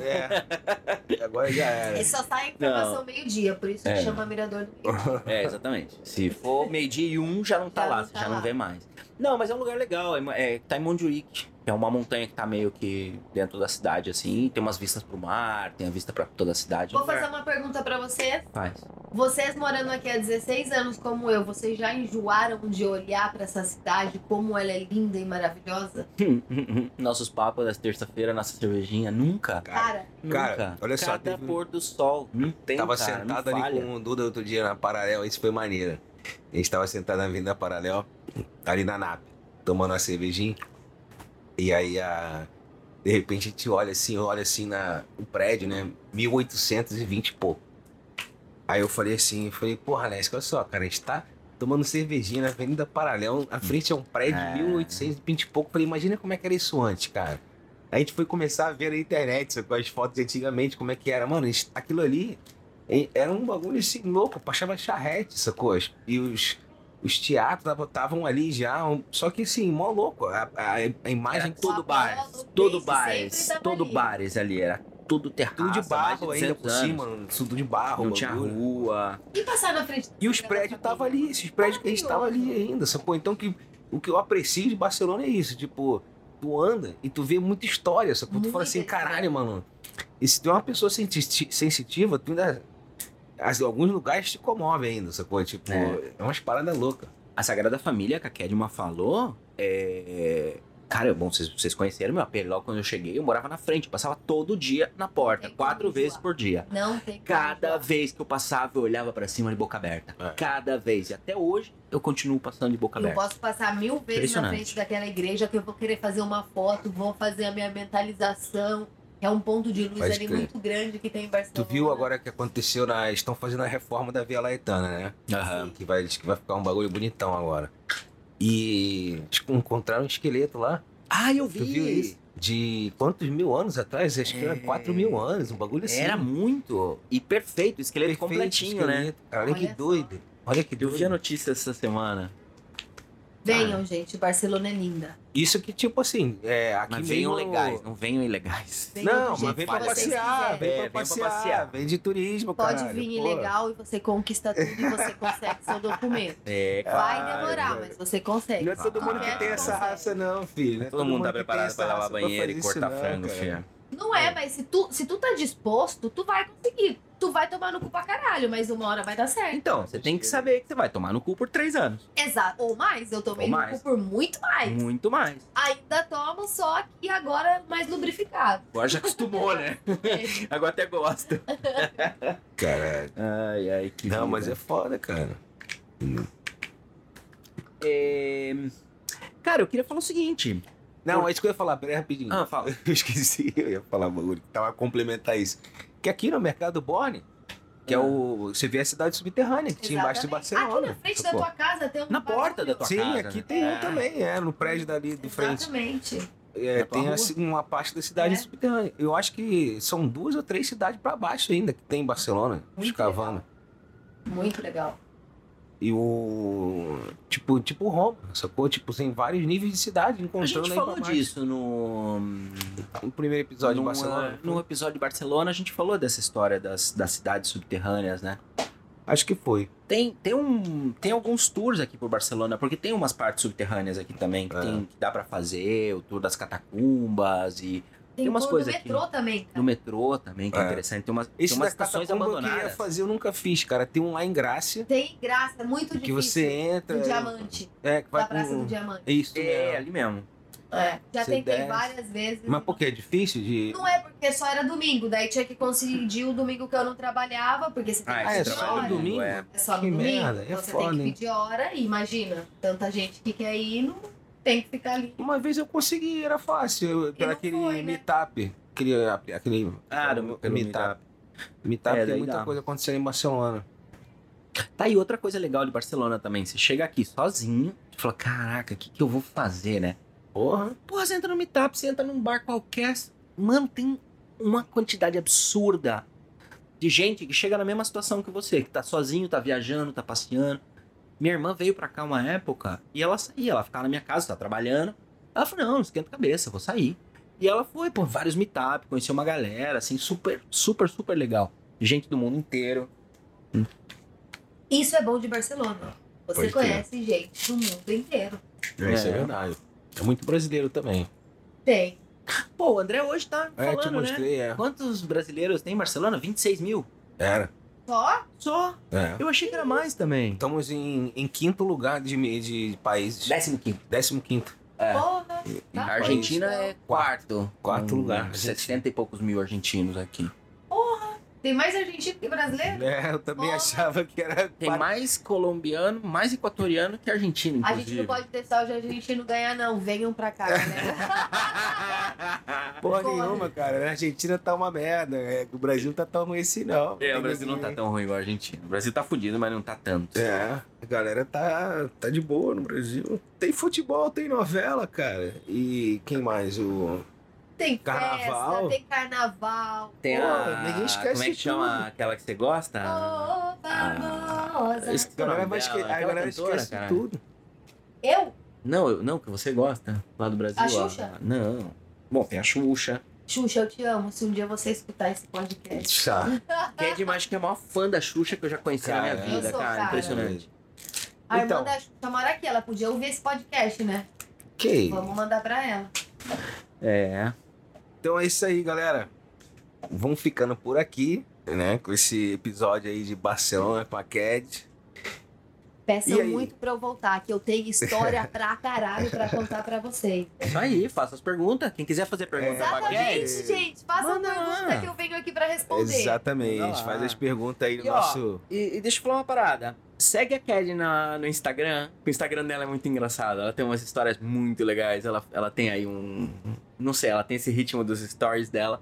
É. Agora já era. Ele só sai a informação meio-dia, por isso É. que chama Mirador do Meio-Dia. É, exatamente. Se for meio-dia e um, já não tá Já lá, não você tá já lá. não vê mais. Não, mas é um lugar legal. É, é, tá em Montjuic, que é uma montanha que tá meio que dentro da cidade, assim. Tem umas vistas pro mar, tem a vista pra toda a cidade. Vou fazer uma pergunta pra vocês. Faz. Vocês morando aqui há dezesseis anos como eu, vocês já enjoaram de olhar pra essa cidade, como ela é linda e maravilhosa? Nossos papos das terça-feira, nossa cervejinha, nunca. Cara, Nunca. Cara, olha só, Cada teve um- pôr do sol. Não tem, Tava cara, sentado não ali falha. com o Duda outro dia na Paralela, isso foi maneiro. A gente tava sentado na Avenida Paralela, ali na N A P, tomando uma cervejinha. E aí, a... de repente, a gente olha assim, olha assim na... o prédio, né? mil oitocentos e vinte e pouco. Aí eu falei assim, eu falei, porra, Lécio, olha só, cara, a gente tá tomando cervejinha na Avenida Paralela, à frente é um prédio É. de mil oitocentos e vinte e pouco. Eu falei, imagina como é que era isso antes, cara. A gente foi começar a ver na internet com as fotos de antigamente, como é que era. Mano, isso- aquilo ali hein, era um bagulho assim louco, passava charrete, sacou? E os, os teatros estavam ali já, um- só que assim, mó louco. A, a, a imagem Era tudo O bares, Apollo todo Place bares, sempre tava todo ali. bares ali, era tudo terraça, tudo de mais barro ainda duzentos por anos. cima, tudo de barro. Não tinha bagulho. rua. e passar na frente E os prédios estavam ali, esses prédios que a gente tava ali ainda, sacou? Então que, o que eu aprecio de Barcelona é isso, tipo, tu anda e tu vê muita história, sacou? Tu fala Muita assim, história. caralho, mano, e se tu é uma pessoa sensiti- sensitiva, tu ainda... as- alguns lugares te comovem ainda, sacou? Tipo, É. é umas paradas loucas. A Sagrada Família, que a Kedma falou, é... Cara, bom, vocês, vocês conheceram meu apelo. Logo quando eu cheguei, eu morava na frente. Eu passava todo dia na porta, Tem quatro como vezes enjoar. por dia. Não tem como Cada enjoar. vez que eu passava, eu olhava pra cima de boca aberta. É. Cada vez. E até hoje, eu continuo passando de boca Eu aberta. posso passar mil vezes na Impressionante. frente daquela igreja que eu vou querer fazer uma foto, vou fazer a minha mentalização. Que é um ponto de luz Pode ali crer. muito grande que tem em Barcelona. Tu viu agora que aconteceu na... Estão fazendo a reforma da Via Laetana, né? Aham. Que vai, diz que vai ficar um bagulho bonitão agora. E acho que encontraram um esqueleto lá. Ah, eu vi. Tu viu isso? De quantos mil anos atrás? Acho que era É. quatro mil anos, um bagulho assim. Era muito. E perfeito, esqueleto Perfeito, completinho, né? esqueleto. Cara, olha, Olha que só. doido. Olha que Eu vi a doido. notícia essa semana. Venham, gente, Barcelona é linda. Isso que, tipo assim, é, aqui Mas venham mesmo... legais, não venham ilegais. Venham Não, do mas jeito vem que pra vocês passear, quiserem. vem É, pra vem pra passear, passear. vem de turismo, Pode caralho, vir pô. ilegal e você conquista tudo e você consegue seu documento. É, Vai Ai, demorar, velho. mas você consegue. Não é todo mundo que Qualquer tem um essa consegue. raça, não, filho. Não é todo mundo tá que tem preparado essa pra lavar raça banheiro e fazer isso, cortar não, frango, cara. filho. Não é, mas se tu, se tu tá disposto, tu vai conseguir. Tu vai tomar no cu pra caralho, mas uma hora vai dar certo. Então, você tem que saber que você vai tomar no cu por três anos. Exato. Ou mais, eu tomei Ou no mais. cu por muito mais. Muito mais. Ainda tomo, só que agora mais lubrificado. Agora já acostumou, né? Agora até gosta. Caralho. Ai, ai, que Não, vida. mas é foda, cara. É... Cara, eu queria falar o seguinte. Não, é isso que eu ia falar, peraí rapidinho. Ah, fala. Eu esqueci, eu ia falar um bagulho, tava a complementar isso. Que aqui no Mercado Borne, que é o... Você vê a cidade subterrânea, que tinha embaixo de Exatamente. Barcelona. Aqui na frente da sacou? tua casa tem um Na porta da tua Sim, casa, aqui né? tem É. um também, é, no prédio dali do frente. Exatamente. É, Na tua tem rua. assim, uma parte da cidade É. subterrânea. Eu acho que são duas ou três cidades pra baixo ainda que tem em Barcelona, Muito escavando. Muito legal. E o. Tipo, tipo Roma, sacou? Tipo, tem vários níveis de cidade A encontrando gente aí falou pra baixo. disso no... No primeiro episódio no, de Barcelona. eh, No episódio de Barcelona, a gente falou dessa história das, das cidades subterrâneas, né? Acho que foi. Tem, tem, um, tem alguns tours aqui por Barcelona, porque tem umas partes subterrâneas aqui também que, É. tem, que dá pra fazer, o tour das catacumbas e Tem, umas tour coisas no aqui. metrô também, cara. no metrô também, que é, É. interessante. Tem umas, tem Esse umas da estações catacumba que eu ia abandonadas. fazer eu nunca fiz, cara. Tem um lá em Grácia, Tem graça, é muito que difícil. você entra... Do Diamante. É, que vai Da Praça com... do Diamante. É isso É, mesmo. ali mesmo. É. Já Você tentei desce. várias vezes. Mas por que? É difícil de... Não é porque só era domingo, daí tinha que conseguir o domingo que eu não trabalhava, porque você tem Ah, que Ah, é pedir só hora. no domingo? É. É só no Que domingo. merda, é então você foda, tem que hein? pedir hora e imagina, tanta gente que quer ir, não tem que ficar ali. Uma vez eu consegui, era fácil. Eu, pelo não aquele foi, né? meetup. Aquele... aquele Ah, do- pelo meetup. Meetup É, tem daí muita dá. coisa acontecendo em Barcelona. Tá aí outra coisa legal de Barcelona também. Você chega aqui sozinho e fala, caraca, o que, que eu vou fazer, né? Porra. Porra, você entra no meetup, você entra num bar qualquer. Mano, tem uma quantidade absurda de gente que chega na mesma situação que você, que tá sozinho, tá viajando, tá passeando. Minha irmã veio pra cá uma época e ela saía, ela ficava na minha casa, tá trabalhando. Ela falou, não, não esquenta a cabeça, eu vou sair. E ela foi, pô, vários meetup, conheceu uma galera, assim, super, super, super legal. Gente do mundo inteiro. Isso é bom de Barcelona. Você Pode conhece gente do mundo inteiro. É, isso é É. verdade. É muito brasileiro também. Tem. Pô, o André hoje tá É, te falando, né? mostrei, é. Quantos brasileiros tem em Barcelona? vinte e seis mil. Era. Só? Só. É. Eu achei que era mais também. Estamos em, em quinto lugar de, de países. Décimo quinto. Décimo quinto. É. Porra. A Tá Argentina bom, é quarto. Quarto Com lugar. sessenta e poucos mil argentinos aqui. Tem mais argentino que brasileiro? É, eu também Porra. achava que era... Tem mais colombiano, mais equatoriano que argentino, A inclusive. gente não pode deixar o argentino ganhar, não. Venham pra cá, galera. Porra Porra. nenhuma, cara. A Argentina tá uma merda. É, o Brasil não tá tão ruim assim, não. É, o Brasil não tá tão ruim igual a Argentina. O Brasil tá fudido, mas não tá tanto. É, a galera tá, tá de boa no Brasil. Tem futebol, tem novela, cara. E quem mais? O... Tem Carnaval. festa, tem carnaval. Tem Pô, a... ninguém esquece Como é que de chama tudo. aquela que você gosta? Oh, famosa. Esse- A galera, nome vai dela? esque... a Aquela galera cantora, esquece cara. de tudo. Eu? Não, eu- não, que você gosta. Lá do Brasil. A ó. Xuxa? Não. Bom, tem a Xuxa. Xuxa, eu te amo. Se um dia você escutar esse podcast. Chá. Ked, acho que é a maior fã da Xuxa que eu já conheci na minha Cara, vida, eu sou, cara. cara. Impressionante. A irmã Então. da Xuxa mora aqui. Ela podia ouvir esse podcast, né? Ok. Vamos mandar pra ela. É. Então é isso aí, galera. Vamos ficando por aqui, né? Com esse episódio aí de Barcelona com a Ked. Peçam E aí? muito pra eu voltar, que eu tenho história pra caralho pra contar pra vocês. Isso aí, faça as perguntas. Quem quiser fazer pergunta pra Exatamente, Ked. gente. Faça a Manda pergunta lá. que eu venho aqui pra responder. Exatamente. Manda lá. Faz as perguntas aí no E, ó, nosso. E, e deixa eu falar uma parada. Segue a Ked na, no Instagram. O Instagram dela é muito engraçado. Ela tem umas histórias muito legais. Ela, ela tem aí um. Não sei, ela tem esse ritmo dos stories dela.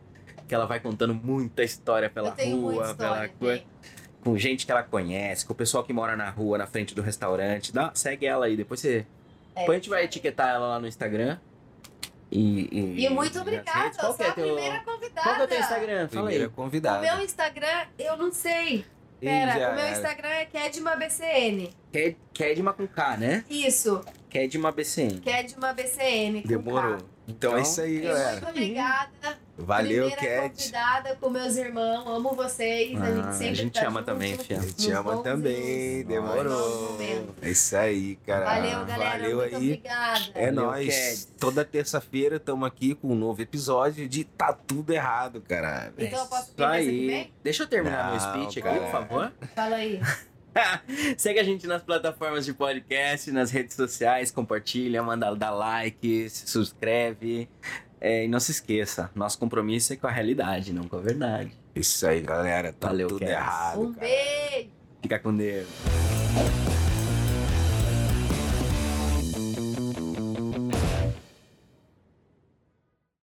que ela vai contando muita história pela Eu tenho rua, muita pela história, coisa. tem. Com gente que ela conhece, com o pessoal que mora na rua, na frente do restaurante. Dá, segue ela aí, depois você. É. Depois a gente vai etiquetar ela lá no Instagram. E, e, E muito nas obrigada, redes. Qual eu que sou é a teu... primeira convidada. Qual que é o teu Instagram? Fala Primeira aí. O convidada. meu Instagram, eu não sei. Ih, Pera, já o meu era. Instagram é Kedma B C N. Ked- Kedma com K, né? Isso, Kedma B C N. Kedma B C N. com Demorou. K. Então é isso aí, E galera. muito obrigada. Valeu, Primeira Cat. convidada com meus irmãos. Amo vocês. Ah, a gente sempre a gente tá ama junto também, fia. A nos gente ama bons e também. nos Demorou. maus momentos. É isso aí, cara. Valeu, galera. Valeu muito aí. obrigada. É Valeu, nóis. Cat. Toda terça-feira estamos aqui com um novo episódio de Tá Tudo Errado, cara. Então eu posso Isso pedir essa que aí. vem? Deixa eu terminar Não, meu speech aqui, cara. por favor. Fala aí. Segue a gente nas plataformas de podcast, nas redes sociais, compartilha, manda dar like, se subscreve. É, e não se esqueça, nosso compromisso é com a realidade, não com a verdade. Isso aí, galera. Tá Valeu, tudo Cat. errado, Um cara. beijo. Fica com Deus.